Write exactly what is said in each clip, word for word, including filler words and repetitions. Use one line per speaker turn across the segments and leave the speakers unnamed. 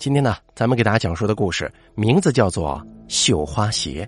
今天呢，咱们给大家讲述的故事名字叫做绣花鞋。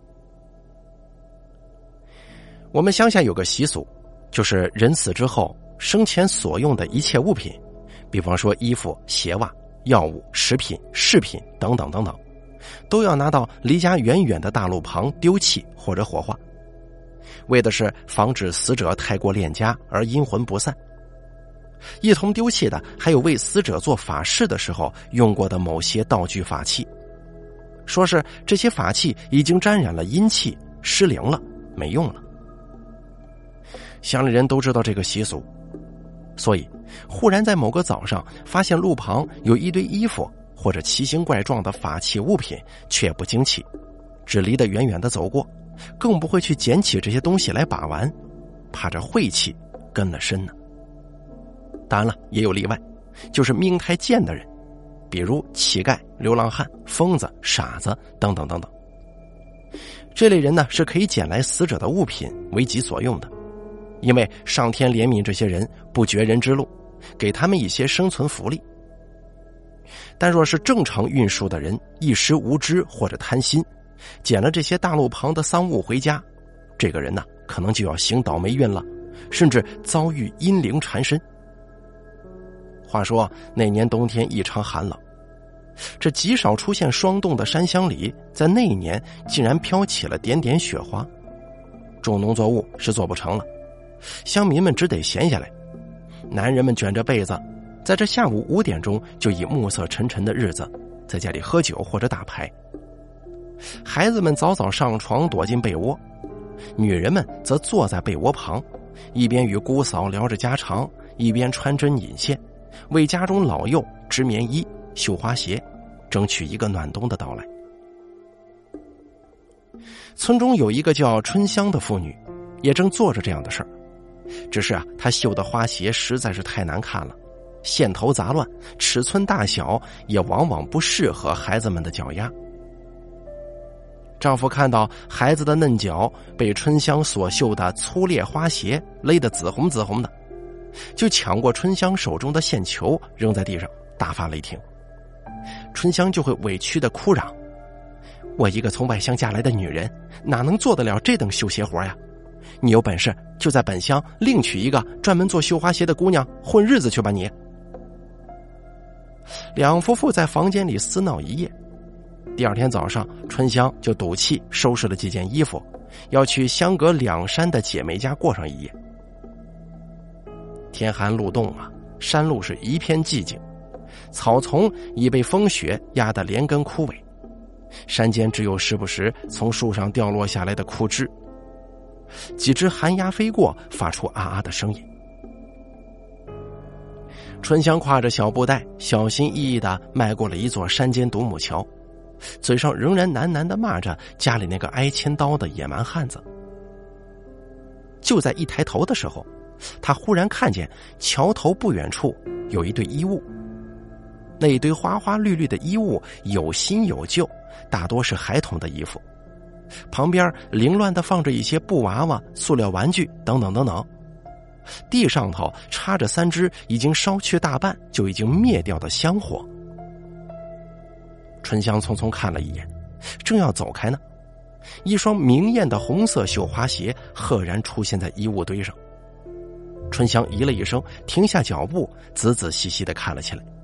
我们乡下有个习俗，就是人死之后，生前所用的一切物品，比方说衣服、鞋袜、药物、食品、饰品等等等等，都要拿到离家远远的大路旁丢弃或者火化，为的是防止死者太过恋家而阴魂不散。一同丢弃的还有为死者做法事的时候用过的某些道具法器，说是这些法器已经沾染了阴气，失灵了，没用了。乡里人都知道这个习俗，所以忽然在某个早上发现路旁有一堆衣服或者奇形怪状的法器物品，却不惊奇，只离得远远的走过，更不会去捡起这些东西来把玩，怕这晦气跟了身呢。当然了，也有例外，就是命太贱的人，比如乞丐、流浪汉、疯子、傻子等等等等。这类人呢，是可以捡来死者的物品为己所用的，因为上天怜悯这些人，不绝人之路，给他们一些生存福利。但若是正常运输的人一时无知或者贪心，捡了这些大路旁的丧物回家，这个人呢，可能就要行倒霉运了，甚至遭遇阴灵缠身。话说那年冬天异常寒冷，这极少出现霜冻的山乡里，在那一年竟然飘起了点点雪花，种农作物是做不成了，乡民们只得闲下来，男人们卷着被子，在这下午五点钟就以暮色沉沉的日子在家里喝酒或者打牌。孩子们早早上床躲进被窝，女人们则坐在被窝旁，一边与姑嫂聊着家常，一边穿针引线，为家中老幼织棉衣、绣花鞋，争取一个暖冬的到来。村中有一个叫春香的妇女，也正做着这样的事儿，只是啊，她绣的花鞋实在是太难看了，线头杂乱，尺寸大小也往往不适合孩子们的脚丫。丈夫看到孩子的嫩脚被春香所绣的粗劣花鞋勒得紫红紫红的，就抢过春香手中的线球扔在地上，大发雷霆。春香就会委屈地哭嚷：我一个从外乡嫁来的女人，哪能做得了这等绣鞋活呀？你有本事就在本乡另娶一个专门做绣花鞋的姑娘混日子去吧你。两夫妇在房间里厮闹一夜，第二天早上，春香就赌气收拾了几件衣服，要去相隔两山的姐妹家过上一夜。天寒路冻啊，山路是一片寂静，草丛已被风雪压得连根枯萎，山间只有时不时从树上掉落下来的枯枝，几只寒鸦飞过，发出啊啊的声音。春香挎着小布袋，小心翼翼地迈过了一座山间独木桥，嘴上仍然喃喃地骂着家里那个挨千刀的野蛮汉子。就在一抬头的时候，他忽然看见桥头不远处有一堆衣物，那一堆花花绿绿的衣物有新有旧，大多是孩童的衣服，旁边凌乱地放着一些布娃娃、塑料玩具等等等等，地上头插着三只已经烧去大半就已经灭掉的香火。春香匆匆看了一眼，正要走开呢，一双明艳的红色绣花鞋赫然出现在衣物堆上。春香咦了一声，停下脚步，仔仔细细地看了起来。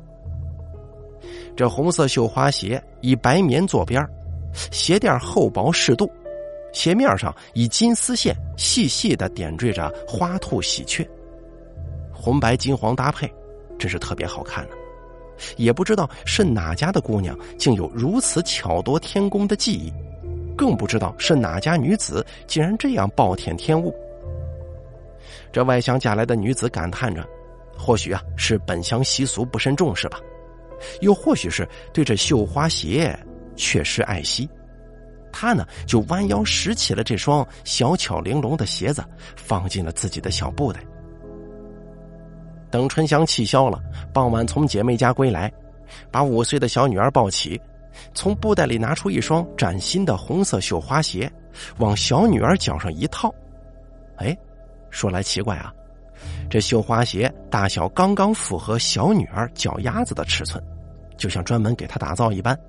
这红色绣花鞋以白棉做边，鞋垫厚薄适度，鞋面上以金丝线细细地点缀着花兔喜鹊，红白金黄搭配，真是特别好看呢。也不知道是哪家的姑娘竟有如此巧夺天工的技艺，更不知道是哪家女子竟然这样暴殄天物。这外乡嫁来的女子感叹着，或许啊是本乡习俗不甚重视吧，又或许是对这绣花鞋确实爱惜。她呢就弯腰拾起了这双小巧玲珑的鞋子，放进了自己的小布袋。等春香气消了，傍晚从姐妹家归来，把五岁的小女儿抱起，从布袋里拿出一双崭新的红色绣花鞋，往小女儿脚上一套。哎，说来奇怪啊，这绣花鞋大小刚刚符合小女儿脚丫子的尺寸， 就像专门给她打造一般。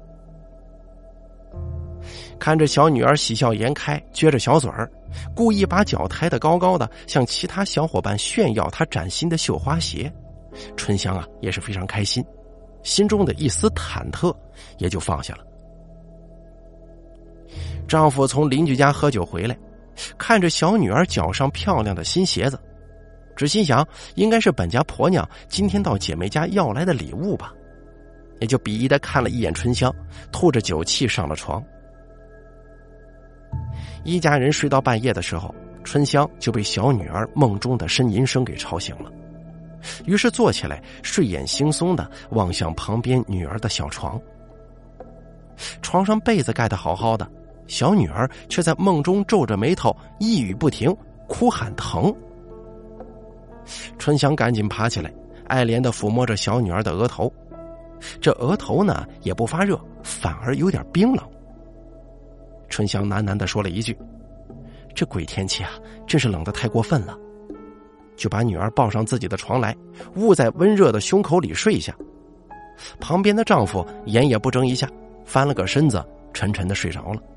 看着小女儿喜笑颜开，撅着小嘴儿，故意把脚抬得高高的，向其他小伙伴炫耀她崭新的绣花鞋，春香啊也是非常开心，心中的一丝忐忑也就放下了。丈夫从邻居家喝酒回来，看着小女儿脚上漂亮的新鞋子，只心想应该是本家婆娘今天到姐妹家要来的礼物吧，也就鄙夷地看了一眼春香，吐着酒气上了床。一家人睡到半夜的时候，春香就被小女儿梦中的呻吟声给吵醒了，于是坐起来，睡眼惺忪地望向旁边女儿的小床。床上被子盖得好好的，小女儿却在梦中皱着眉头，一语不停，哭喊疼。春香赶紧爬起来，爱怜地抚摸着小女儿的额头，这额头呢也不发热，反而有点冰冷。春香喃喃地说了一句：这鬼天气啊，真是冷得太过分了，就把女儿抱上自己的床来，捂在温热的胸口里睡下。旁边的丈夫眼也不睁一下，翻了个身子，沉沉地睡着了。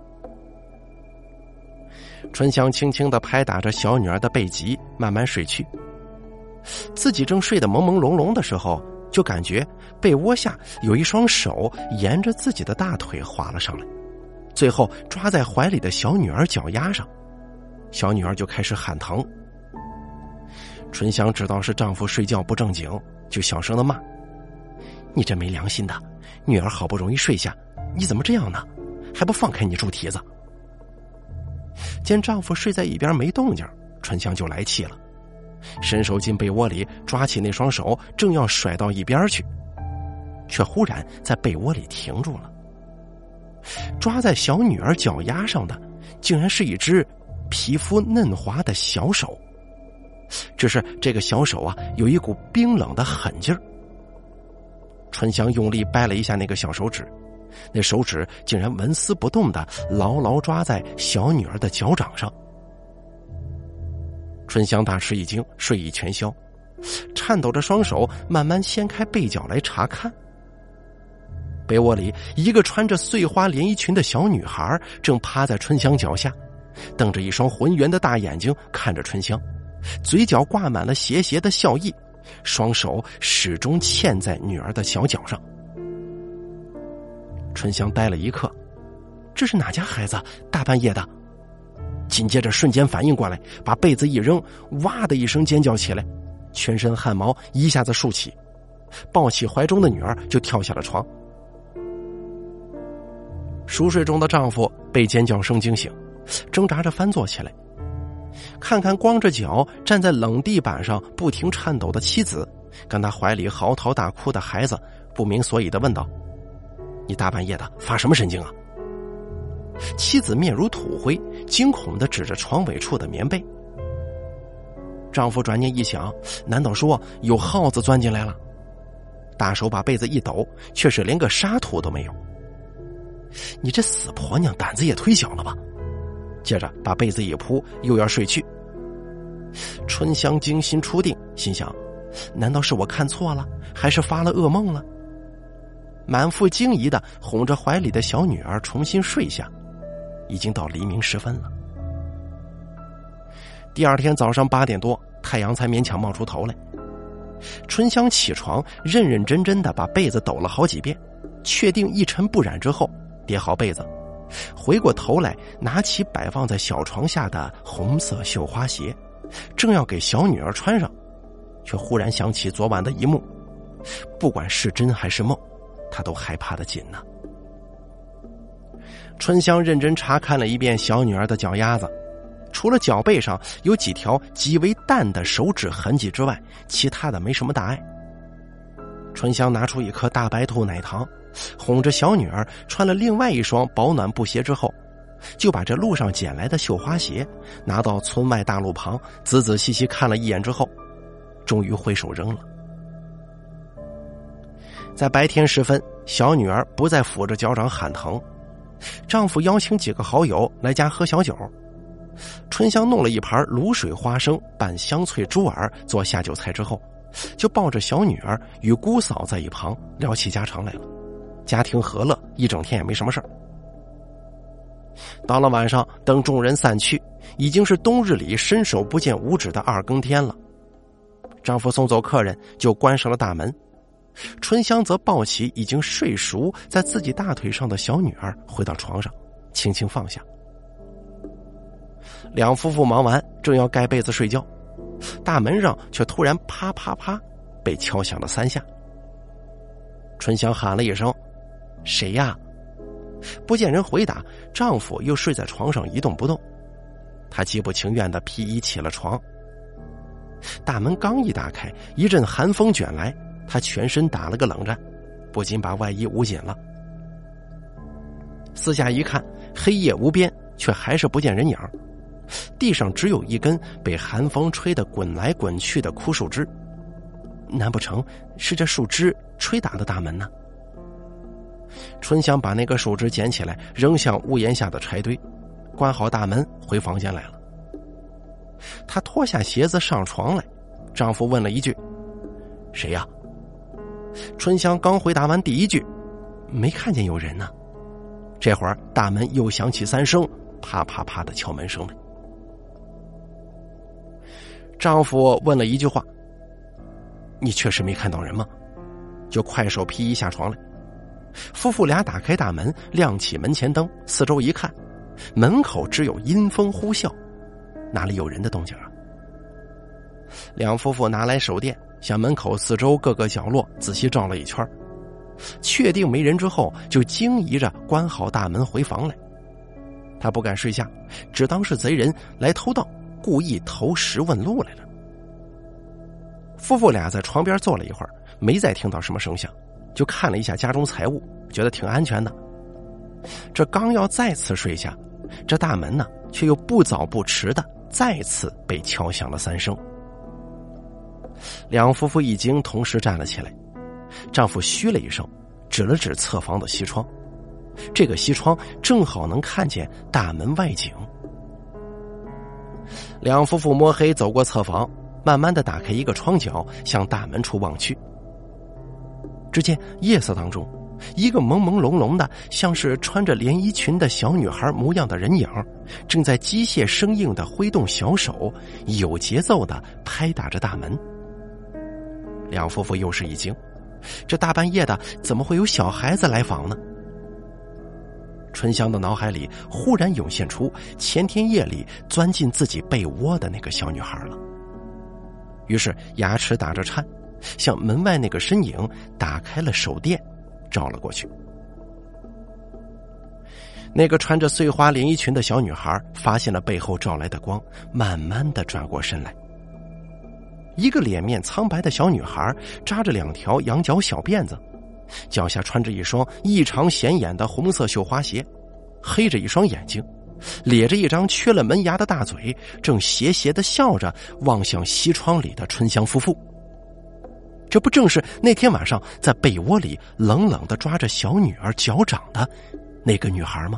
春香轻轻地拍打着小女儿的背脊，慢慢睡去。自己正睡得朦朦胧胧的时候，就感觉被窝下有一双手沿着自己的大腿滑了上来，最后抓在怀里的小女儿脚丫上，小女儿就开始喊疼。春香知道是丈夫睡觉不正经，就小声地骂：你这没良心的，女儿好不容易睡下，你怎么这样呢？还不放开你猪蹄子！见丈夫睡在一边没动静，春香就来气了，伸手进被窝里抓起那双手，正要甩到一边去，却忽然在被窝里停住了。抓在小女儿脚丫上的竟然是一只皮肤嫩滑的小手，只是这个小手啊有一股冰冷的狠劲儿。春香用力掰了一下那个小手指，那手指竟然纹丝不动地牢牢抓在小女儿的脚掌上。春香大吃一惊，睡意全消，颤抖着双手慢慢掀开被角来查看。被窝里，一个穿着碎花连衣裙的小女孩正趴在春香脚下，瞪着一双浑圆的大眼睛看着春香，嘴角挂满了邪邪的笑意，双手始终嵌在女儿的小脚上。春香呆了一刻，这是哪家孩子，大半夜的？紧接着瞬间反应过来，把被子一扔，哇的一声尖叫起来，全身汗毛一下子竖起，抱起怀中的女儿就跳下了床。熟睡中的丈夫被尖叫声惊醒，挣扎着翻坐起来，看看光着脚站在冷地板上不停颤抖的妻子，跟他怀里嚎啕大哭的孩子，不明所以地问道：你大半夜的发什么神经啊？妻子面如土灰，惊恐地指着床尾处的棉被。丈夫转念一想，难道说有耗子钻进来了？大手把被子一抖，却是连个沙土都没有。你这死婆娘胆子也忒小了吧！接着把被子一铺，又要睡去。春香惊心初定，心想：难道是我看错了，还是发了噩梦了？满腹惊疑地哄着怀里的小女儿重新睡下，已经到黎明时分了。第二天早上八点多，太阳才勉强冒出头来。春香起床，认认真真地把被子抖了好几遍，确定一尘不染之后，叠好被子，回过头来拿起摆放在小床下的红色绣花鞋，正要给小女儿穿上，却忽然想起昨晚的一幕，不管是真还是梦，她都害怕得紧呢。春香认真查看了一遍小女儿的脚丫子，除了脚背上有几条极为淡的手指痕迹之外，其他的没什么大碍。春香拿出一颗大白兔奶糖，哄着小女儿穿了另外一双保暖布鞋之后，就把这路上捡来的绣花鞋拿到村外大路旁，仔仔细细看了一眼之后，终于挥手扔了。在白天时分，小女儿不再抚着脚掌喊疼，丈夫邀请几个好友来家喝小酒。春香弄了一盘卤水花生拌香脆猪耳做下酒菜之后， 就抱着小女儿与姑嫂在一旁聊起家常来了，家庭和乐，一整天也没什么事儿。到了晚上，等众人散去，已经是冬日里伸手不见五指的二更天了。丈夫送走客人，就关上了大门。春香则抱起已经睡熟在自己大腿上的小女儿，回到床上，轻轻放下。两夫妇忙完，正要盖被子睡觉，大门上却突然啪啪啪被敲响了三下。春香喊了一声：“谁呀？”不见人回答，丈夫又睡在床上一动不动。她极不情愿地披衣起了床。大门刚一打开，一阵寒风卷来，她全身打了个冷战，不禁把外衣捂紧了。四下一看，黑夜无边，却还是不见人影。地上只有一根被寒风吹得滚来滚去的枯树枝，难不成是这树枝吹打的大门呢？春香把那个树枝捡起来，扔向屋檐下的柴堆，关好大门，回房间来了。她脱下鞋子上床来，丈夫问了一句：“谁呀？”春香刚回答完第一句，没看见有人呢。这会儿大门又响起三声啪啪啪的敲门声来。丈夫问了一句话：“你确实没看到人吗？”就快手披衣下床来。夫妇俩打开大门，亮起门前灯，四周一看，门口只有阴风呼啸，哪里有人的动静啊？两夫妇拿来手电，向门口四周各个角落仔细照了一圈，确定没人之后，就惊疑着关好大门回房来。他不敢睡下，只当是贼人来偷盗，故意投石问路来了。夫妇俩在床边坐了一会儿，没再听到什么声响，就看了一下家中财物，觉得挺安全的。这刚要再次睡下，这大门呢，却又不早不迟的再次被敲响了三声。两夫妇一惊，同时站了起来。丈夫嘘了一声，指了指侧房的西窗，这个西窗正好能看见大门外景。两夫妇摸黑走过侧房，慢慢的打开一个窗角，向大门处望去。只见夜色当中，一个朦朦胧胧的像是穿着连衣裙的小女孩模样的人影，正在机械生硬的挥动小手，有节奏的拍打着大门。两夫妇又是一惊，这大半夜的怎么会有小孩子来访呢？春香的脑海里忽然涌现出前天夜里钻进自己被窝的那个小女孩了，于是牙齿打着颤，向门外那个身影打开了手电，照了过去。那个穿着碎花连衣裙的小女孩发现了背后照来的光，慢慢的转过身来。一个脸面苍白的小女孩扎着两条羊角小辫子，脚下穿着一双异常显眼的红色绣花鞋，黑着一双眼睛，咧着一张缺了门牙的大嘴，正斜斜地笑着望向西窗里的春香夫妇。这不正是那天晚上在被窝里冷冷地抓着小女儿脚掌的那个女孩吗？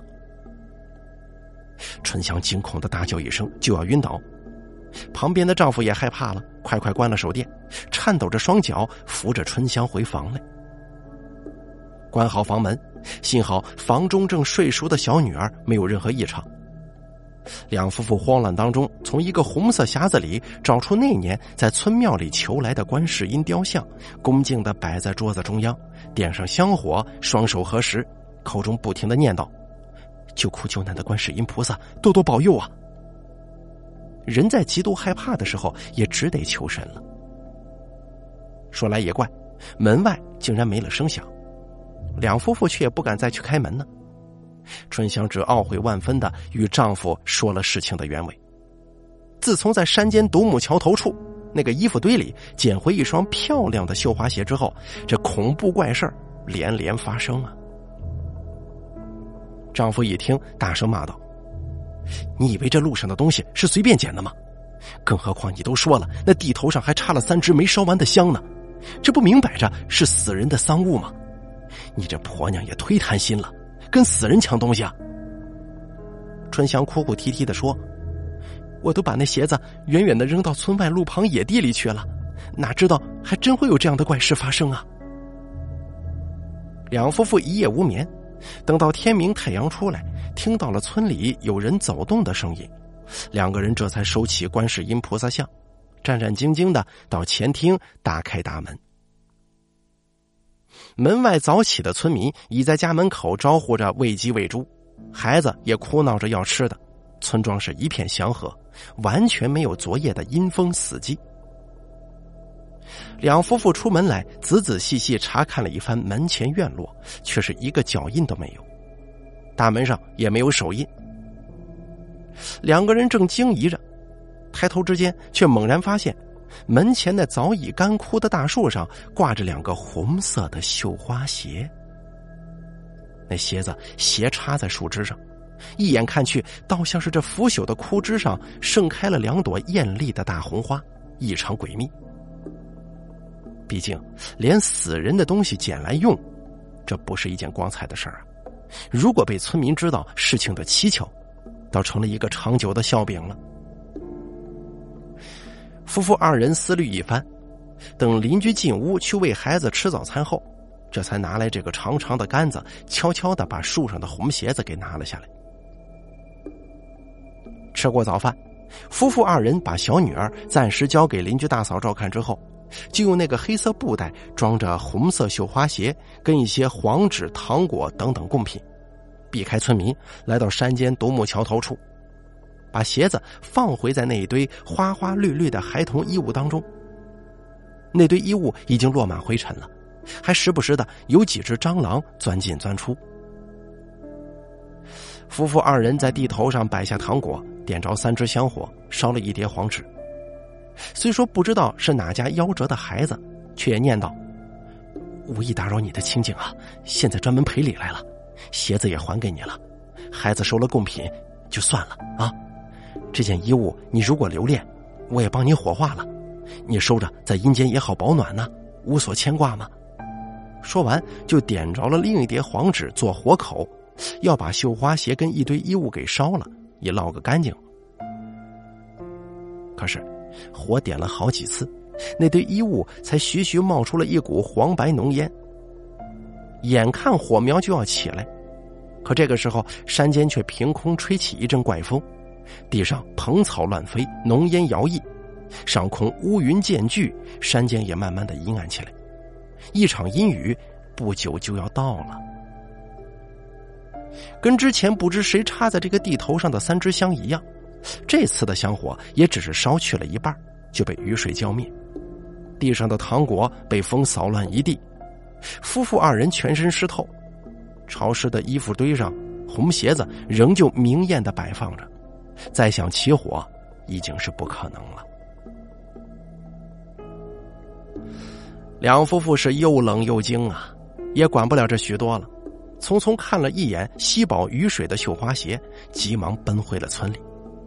春香惊恐地大叫一声，就要晕倒。旁边的丈夫也害怕了，快快关了手电，颤抖着双脚扶着春香回房来。关好房门，幸好房中正睡熟的小女儿没有任何异常。两夫妇慌乱当中，从一个红色匣子里找出那年在村庙里求来的观世音雕像，恭敬地摆在桌子中央，点上香火，双手合十，口中不停地念叨：救苦救难的观世音菩萨，多多保佑啊！人在极度害怕的时候，也只得求神了。说来也怪，门外竟然没了声响，两夫妇却也不敢再去开门呢。春香只懊悔万分地与丈夫说了事情的原委。自从在山间独木桥头处那个衣服堆里捡回一双漂亮的绣花鞋之后，这恐怖怪事连连发生啊！丈夫一听，大声骂道：你以为这路上的东西是随便捡的吗？更何况你都说了，那地头上还插了三支没烧完的香呢，这不明摆着是死人的丧物吗？你这婆娘也忒贪心了，跟死人抢东西啊！春香哭哭啼啼地说：我都把那鞋子远远地扔到村外路旁野地里去了，哪知道还真会有这样的怪事发生啊！两夫妇一夜无眠，等到天明太阳出来，听到了村里有人走动的声音，两个人这才收起观世音菩萨像，战战兢兢地到前厅打开大门。门外早起的村民已在家门口招呼着喂鸡喂猪，孩子也哭闹着要吃的，村庄是一片祥和，完全没有昨夜的阴风死寂。两夫妇出门来，仔仔细细查看了一番门前院落，却是一个脚印都没有，大门上也没有手印。两个人正惊疑着，抬头之间却猛然发现门前那早已干枯的大树上挂着两个红色的绣花鞋，那鞋子斜插在树枝上，一眼看去倒像是这腐朽的枯枝上盛开了两朵艳丽的大红花，异常诡秘。毕竟连死人的东西捡来用，这不是一件光彩的事儿啊！如果被村民知道事情的蹊跷，倒成了一个长久的笑柄了。夫妇二人思虑一番，等邻居进屋去喂孩子吃早餐后，这才拿来这个长长的杆子，悄悄地把树上的红鞋子给拿了下来。吃过早饭，夫妇二人把小女儿暂时交给邻居大嫂照看之后，就用那个黑色布袋装着红色绣花鞋跟一些黄纸、糖果等等贡品，避开村民，来到山间独木桥头处，把鞋子放回在那一堆花花绿绿的孩童衣物当中。那堆衣物已经落满灰尘了，还时不时的有几只蟑螂钻进钻出。夫妇二人在地头上摆下糖果，点着三支香火，烧了一叠黄纸。虽说不知道是哪家夭折的孩子，却也念叨：无意打扰你的清静啊，现在专门赔礼来了，鞋子也还给你了，孩子收了贡品就算了啊，这件衣物你如果留恋，我也帮你火化了，你收着在阴间也好保暖呢，无所牵挂嘛。说完就点着了另一叠黄纸做火口，要把绣花鞋跟一堆衣物给烧了，也捞个干净。可是火点了好几次，那堆衣物才徐徐冒出了一股黄白浓烟。眼看火苗就要起来，可这个时候山间却凭空吹起一阵怪风，地上蓬草乱飞，浓烟摇曳，上空乌云渐聚，山间也慢慢的阴暗起来，一场阴雨不久就要到了。跟之前不知谁插在这个地头上的三支香一样，这次的香火也只是烧去了一半，就被雨水浇灭，地上的糖果被风扫乱一地，夫妇二人全身湿透，潮湿的衣服堆上，红鞋子仍旧明艳地摆放着，再想起火已经是不可能了。两夫妇是又冷又惊啊，也管不了这许多了，匆匆看了一眼吸饱雨水的绣花鞋，急忙奔回了村里。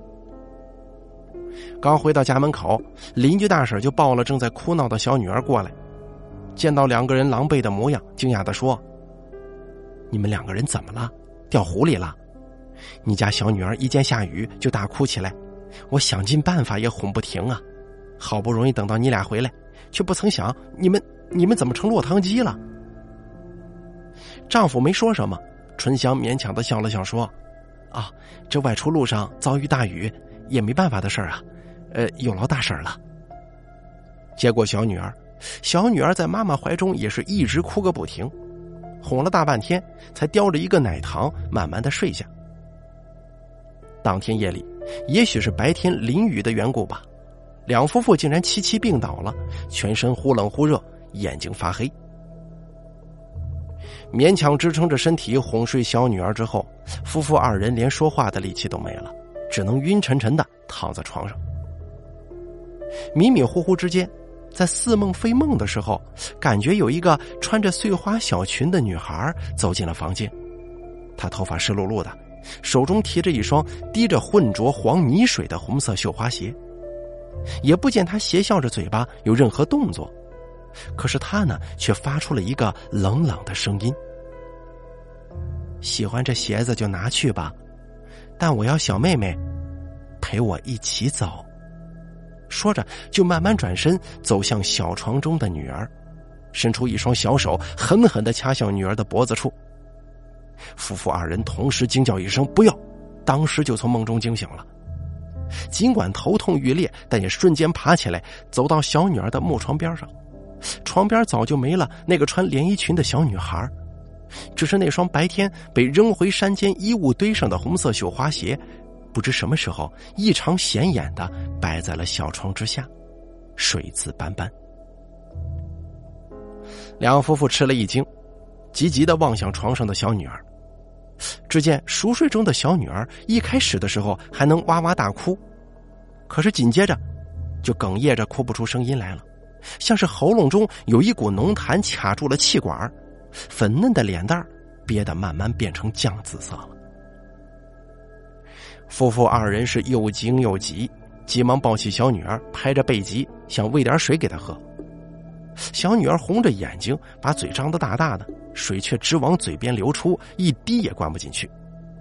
刚回到家门口，邻居大婶就抱了正在哭闹的小女儿过来，见到两个人狼狈的模样，惊讶地说：你们两个人怎么了？掉湖里了？你家小女儿一见下雨就大哭起来，我想尽办法也哄不停啊，好不容易等到你俩回来，却不曾想你们你们怎么成落汤鸡了？丈夫没说什么，春香勉强地笑了笑说：啊，这外出路上遭遇大雨也没办法的事儿啊，呃，有劳大婶了。接过小女儿，小女儿在妈妈怀中也是一直哭个不停，哄了大半天才叼着一个奶糖慢慢的睡下。当天夜里，也许是白天淋雨的缘故吧，两夫妇竟然齐齐病倒了，全身忽冷忽热，眼睛发黑。勉强支撑着身体哄睡小女儿之后，夫妇二人连说话的力气都没了，只能晕沉沉的躺在床上。迷迷糊糊之间，在似梦非梦的时候，感觉有一个穿着碎花小裙的女孩走进了房间。她头发湿漉漉的，手中提着一双滴着混浊黄泥水的红色绣花鞋，也不见她斜笑着嘴巴有任何动作，可是她呢，却发出了一个冷冷的声音：喜欢这鞋子就拿去吧，但我要小妹妹陪我一起走。 说着就慢慢转身走向小床中的女儿，伸出一双小手狠狠地掐向女儿的脖子处。夫妇二人同时惊叫一声不要，当时就从梦中惊醒了。尽管头痛欲裂，但也瞬间爬起来走到小女儿的木床边上。床边早就没了那个穿连衣裙的小女孩，只是那双白天被扔回山间衣物堆上的红色绣花鞋，不知什么时候异常显眼地摆在了小床之下，水渍斑斑。两夫妇吃了一惊，急急地望向床上的小女儿。只见熟睡中的小女儿一开始的时候还能哇哇大哭，可是紧接着就哽咽着哭不出声音来了，像是喉咙中有一股浓痰卡住了气管，粉嫩的脸蛋憋得慢慢变成酱紫色了。夫妇二人是又惊又急，急忙抱起小女儿，拍着背脊想喂点水给她喝。小女儿红着眼睛，把嘴张得大大的，水却直往嘴边流出，一滴也灌不进去。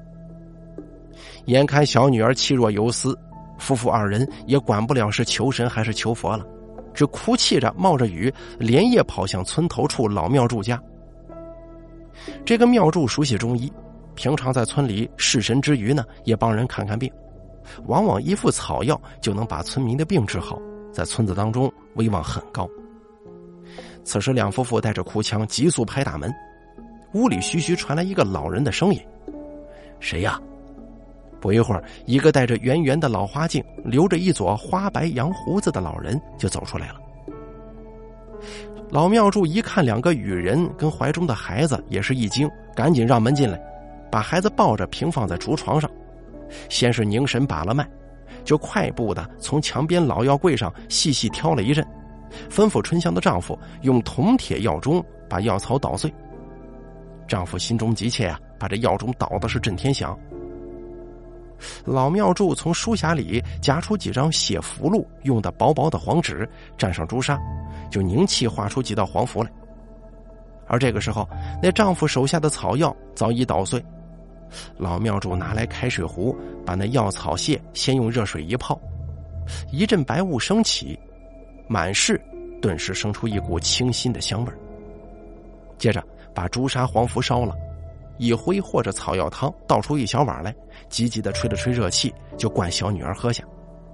眼看小女儿气若游丝，夫妇二人也管不了是求神还是求佛了，只哭泣着冒着雨连夜跑向村头处老庙祝家。这个庙祝熟悉中医，平常在村里侍神之余呢，也帮人看看病，往往一副草药就能把村民的病治好，在村子当中威望很高。此时两夫妇带着哭腔急速拍大门，屋里徐徐传来一个老人的声音：谁呀？不一会儿，一个戴着圆圆的老花镜，留着一撮花白洋胡子的老人就走出来了。老庙祝一看两个女人跟怀中的孩子，也是一惊，赶紧让门进来，把孩子抱着平放在竹床上，先是凝神把了脉，就快步的从墙边老药柜上细细挑了一阵，吩咐春香的丈夫用铜铁药盅把药草捣碎。丈夫心中急切啊，把这药盅捣的是震天响。老庙祝从书匣里夹出几张写符箓用的薄薄的黄纸，蘸上朱砂，就凝气画出几道黄符来。而这个时候，那丈夫手下的草药早已捣碎，老庙祝拿来开水壶，把那药草屑先用热水一泡，一阵白雾升起，满室顿时生出一股清新的香味。接着把朱砂黄符烧了，一挥或者草药汤倒出一小碗来，急急地吹了吹热气，就灌小女儿喝下。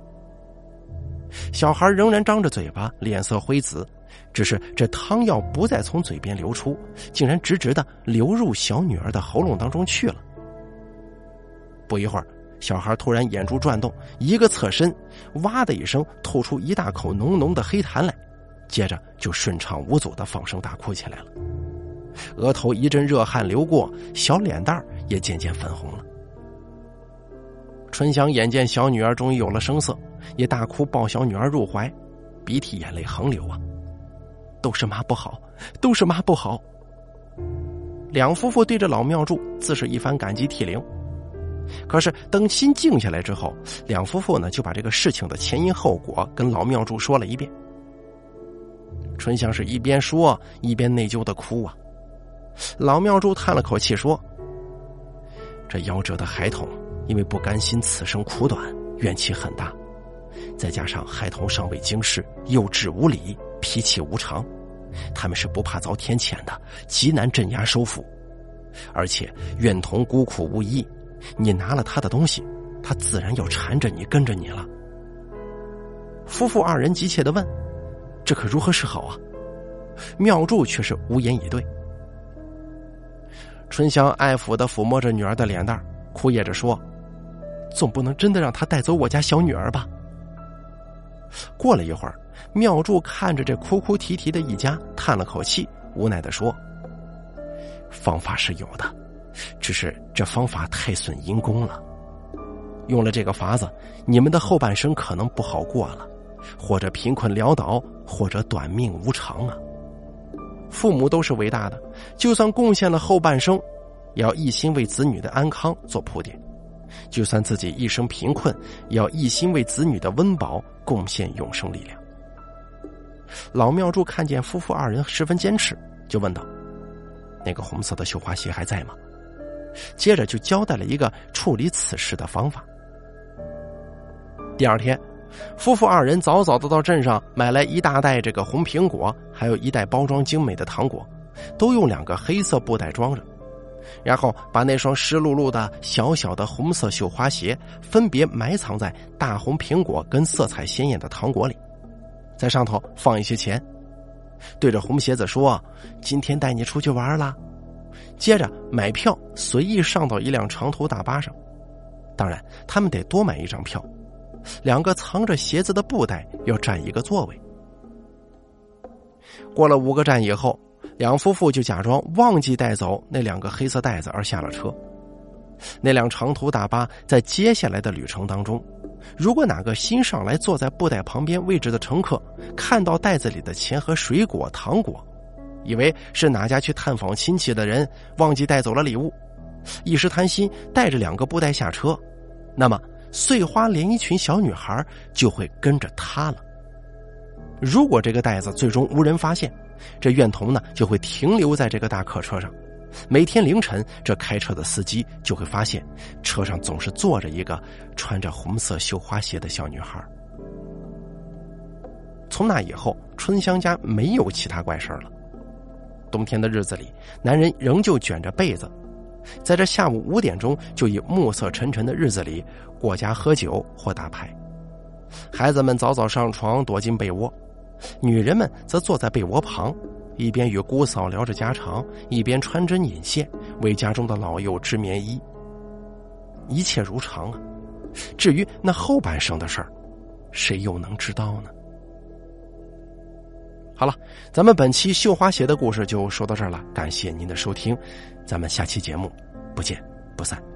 小孩仍然张着嘴巴，脸色灰紫，只是这汤药不再从嘴边流出，竟然直直地流入小女儿的喉咙当中去了。不一会儿，小孩突然眼珠转动，一个侧身，哇的一声吐出一大口浓浓的黑痰来，接着就顺畅无阻地放声大哭起来了。额头一阵热汗流过，小脸蛋也渐渐粉红了。春香眼见小女儿终于有了声色，也大哭抱小女儿入怀，鼻涕眼泪横流啊！都是妈不好，都是妈不好。两夫妇对着老庙祝自是一番感激涕零。可是等心静下来之后，两夫妇呢就把这个事情的前因后果跟老庙祝说了一遍。春香是一边说一边内疚的哭啊。老庙祝叹了口气说：这夭折的孩童因为不甘心此生苦短，怨气很大，再加上孩童尚未经世，幼稚无礼，脾气无常，他们是不怕遭天谴的，极难镇压收服。而且怨童孤苦无依，你拿了他的东西，他自然要缠着你跟着你了。夫妇二人急切地问：这可如何是好啊？庙祝却是无言以对。春香爱抚地抚摸着女儿的脸蛋，哭咽着说：总不能真的让他带走我家小女儿吧。过了一会儿，庙祝看着这哭哭啼啼的一家，叹了口气，无奈地说：方法是有的，只是这方法太损阴功了。用了这个法子，你们的后半生可能不好过了，或者贫困潦倒，或者短命无常啊。父母都是伟大的，就算贡献了后半生，也要一心为子女的安康做铺垫，就算自己一生贫困，也要一心为子女的温饱贡献永生力量。老庙祝看见夫妇二人十分坚持，就问道：那个红色的绣花鞋还在吗？接着就交代了一个处理此事的方法。第二天， 夫妇二人早早的到镇上买来一大袋这个红苹果，还有一袋包装精美的糖果，都用两个黑色布袋装着，然后把那双湿漉漉的小小的红色绣花鞋分别埋藏在大红苹果跟色彩鲜艳的糖果里，在上头放一些钱，对着红鞋子说：“今天带你出去玩了。”接着买票随意上到一辆长途大巴上，当然他们得多买一张票，两个藏着鞋子的布袋要占一个座位。过了五个站以后，两夫妇就假装忘记带走那两个黑色袋子而下了车。那辆长途大巴在接下来的旅程当中，如果哪个新上来坐在布袋旁边位置的乘客看到袋子里的钱和水果糖果，以为是哪家去探访亲戚的人忘记带走了礼物，一时贪心带着两个布袋下车，那么碎花连衣裙小女孩就会跟着他了。如果这个袋子最终无人发现，这怨童呢就会停留在这个大客车上，每天凌晨这开车的司机就会发现车上总是坐着一个穿着红色绣花鞋的小女孩。从那以后，春香家没有其他怪事了。冬天的日子里，男人仍旧卷着被子，在这下午五点钟就以暮色沉沉的日子里过家喝酒或打牌。孩子们早早上床躲进被窝，女人们则坐在被窝旁，一边与姑嫂聊着家常，一边穿针引线，为家中的老幼织棉衣。一切如常啊，至于那后半生的事儿，谁又能知道呢？好了，咱们本期绣花鞋的故事就说到这儿了，感谢您的收听，咱们下期节目不见不散。